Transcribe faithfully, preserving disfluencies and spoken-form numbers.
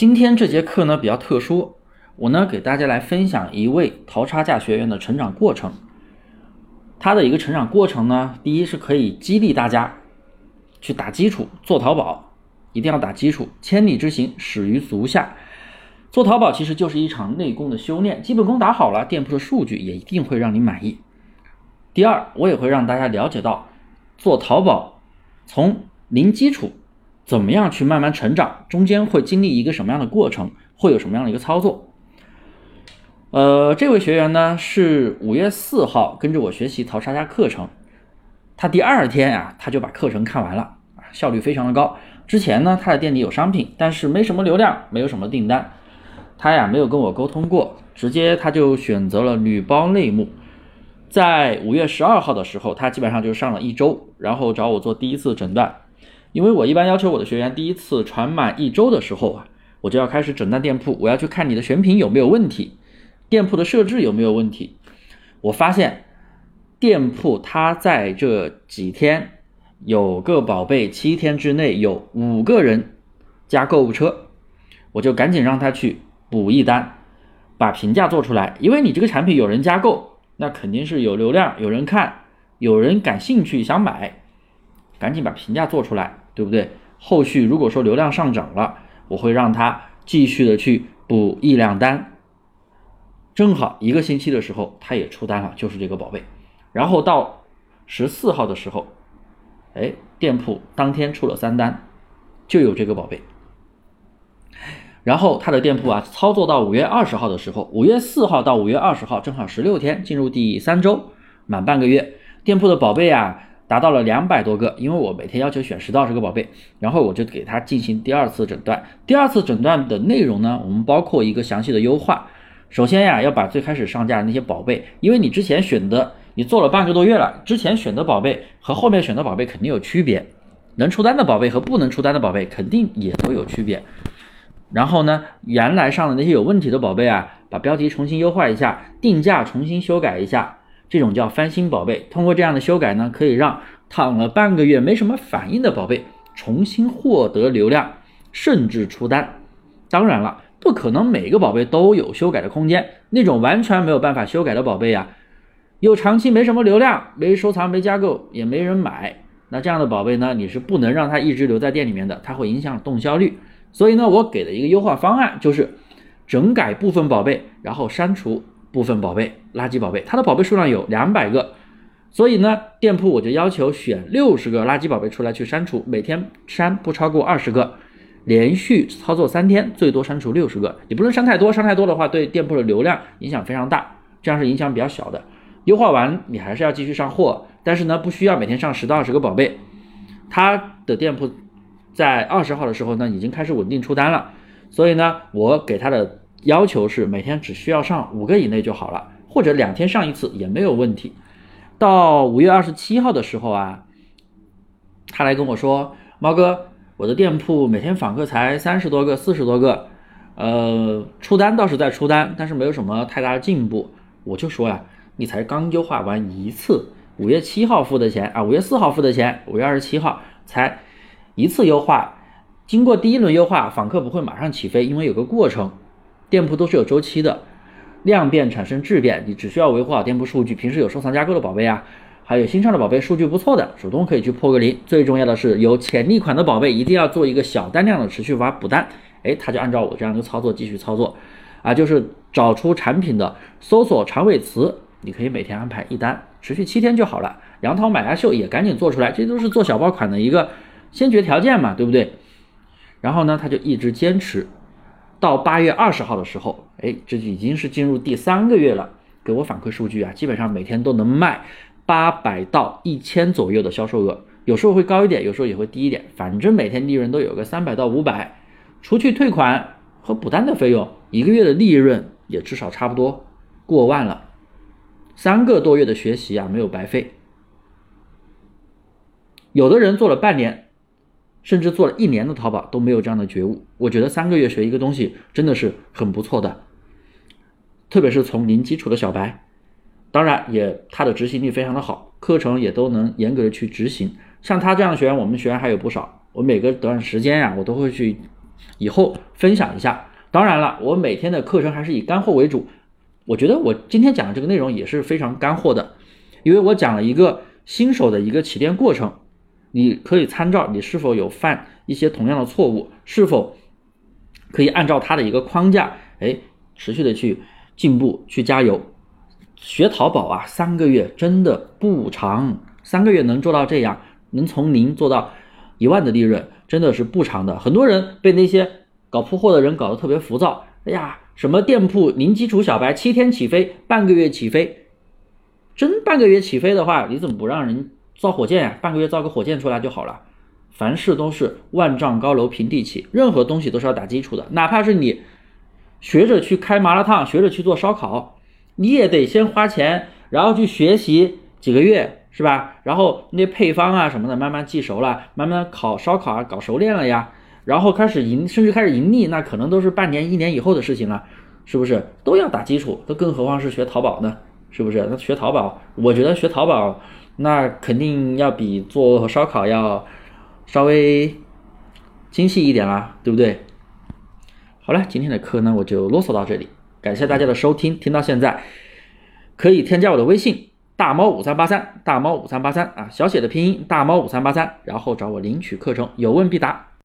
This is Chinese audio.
今天这节课呢比较特殊，我呢给大家来分享一位淘差价学员的成长过程。他的一个成长过程呢，第一是可以激励大家去打基础，做淘宝一定要打基础，千里之行始于足下。做淘宝其实就是一场内功的修炼，基本功打好了，店铺的数据也一定会让你满意。第二，我也会让大家了解到做淘宝从零基础怎么样去慢慢成长，中间会经历一个什么样的过程，会有什么样的一个操作。呃，这位学员呢是五月四号跟着我学习淘差价课程，他第二天啊他就把课程看完了，效率非常的高。之前呢他的店里有商品，但是没什么流量，没有什么订单，他呀没有跟我沟通过，直接他就选择了女包类目。在五月十二号的时候，他基本上就上了一周，然后找我做第一次诊断。因为我一般要求我的学员第一次传满一周的时候啊，我就要开始诊断店铺，我要去看你的选品有没有问题，店铺的设置有没有问题。我发现店铺它在这几天有个宝贝七天之内有五个人加购物车，我就赶紧让他去补一单，把评价做出来。因为你这个产品有人加购，那肯定是有流量，有人看，有人感兴趣想买，赶紧把评价做出来，对不对？后续如果说流量上涨了，我会让他继续的去补一两单，正好一个星期的时候他也出单了，就是这个宝贝。然后到十四号的时候，哎，店铺当天出了三单，就有这个宝贝。然后他的店铺啊，操作到五月二十号的时候，五月四号到五月二十号正好十六天，进入第三周，满半个月，店铺的宝贝啊达到了两百多个，因为我每天要求选十到十个宝贝，然后我就给他进行第二次诊断。第二次诊断的内容呢，我们包括一个详细的优化。首先呀，要把最开始上架的那些宝贝，因为你之前选的，你做了半个多月了，之前选的宝贝和后面选的宝贝肯定有区别，能出单的宝贝和不能出单的宝贝肯定也都有区别。然后呢，原来上的那些有问题的宝贝啊，把标题重新优化一下，定价重新修改一下，这种叫翻新宝贝。通过这样的修改呢，可以让躺了半个月没什么反应的宝贝重新获得流量，甚至出单。当然了，不可能每个宝贝都有修改的空间，那种完全没有办法修改的宝贝啊，又长期没什么流量，没收藏，没加购，也没人买，那这样的宝贝呢，你是不能让它一直留在店里面的，它会影响动销率。所以呢，我给的一个优化方案就是整改部分宝贝，然后删除部分宝贝，垃圾宝贝。它的宝贝数量有两百个，所以呢，店铺我就要求选六十个垃圾宝贝出来去删除，每天删不超过二十个，连续操作三天，最多删除六十个。你不能删太多，删太多的话对店铺的流量影响非常大，这样是影响比较小的。优化完你还是要继续上货，但是呢，不需要每天上十到二十个宝贝。他的店铺在二十号的时候呢，已经开始稳定出单了，所以呢，我给他的要求是每天只需要上五个以内就好了，或者两天上一次也没有问题。到五月二十七号的时候啊，他来跟我说，猫哥，我的店铺每天访客才三十多个、四十多个，呃，出单倒是在出单，但是没有什么太大的进步。我就说呀，你才刚优化完一次，五月七号付的钱啊，五月四号付的钱，五月二十七号才一次优化，经过第一轮优化，访客不会马上起飞，因为有个过程，店铺都是有周期的，量变产生质变，你只需要维护好店铺数据，平时有收藏加购的宝贝啊，还有新上的宝贝数据不错的，主动可以去破个零。最重要的是有潜力款的宝贝一定要做一个小单量的持续发补单，哎，他就按照我这样的操作继续操作啊，就是找出产品的搜索长尾词，你可以每天安排一单，持续七天就好了。杨桃买牙秀也赶紧做出来，这都是做小爆款的一个先决条件嘛，对不对？然后呢，他就一直坚持到八月二十号的时候，哎，这就已经是进入第三个月了，给我反馈数据啊，基本上每天都能卖八百到一千左右的销售额，有时候会高一点，有时候也会低一点，反正每天利润都有个三百到五百，除去退款和补单的费用，一个月的利润也至少差不多过万了。三个多月的学习啊，没有白费。有的人做了半年，甚至做了一年的淘宝都没有这样的觉悟，我觉得三个月学一个东西真的是很不错的，特别是从零基础的小白，当然也他的执行力非常的好，课程也都能严格的去执行。像他这样的学员，我们学员还有不少，我每个段时间呀、啊，我都会去以后分享一下。当然了，我每天的课程还是以干货为主，我觉得我今天讲的这个内容也是非常干货的，因为我讲了一个新手的一个起店过程，你可以参照你是否有犯一些同样的错误，是否可以按照它的一个框架，哎，持续的去进步，去加油。学淘宝啊，三个月真的不长，三个月能做到这样，能从零做到一万的利润，真的是不长的。很多人被那些搞铺货的人搞得特别浮躁，哎呀，什么店铺零基础小白七天起飞，半个月起飞，真半个月起飞的话，你怎么不让人造火箭啊？半个月造个火箭出来就好了。凡事都是万丈高楼平地起，任何东西都是要打基础的，哪怕是你学着去开麻辣烫，学着去做烧烤，你也得先花钱，然后去学习几个月，是吧？然后那些配方啊什么的慢慢记熟了，慢慢烤烧烤啊搞熟练了呀，然后开始盈，甚至开始盈利，那可能都是半年一年以后的事情了，是不是？都要打基础，都更何况是学淘宝呢？是不是？那学淘宝，我觉得学淘宝那肯定要比做烧烤要稍微精细一点啦，对不对？好了，今天的课呢我就啰嗦到这里，感谢大家的收听，听到现在可以添加我的微信大猫五三八三，大猫五三八三啊，小写的拼音大猫五三八三，然后找我领取课程，有问必答。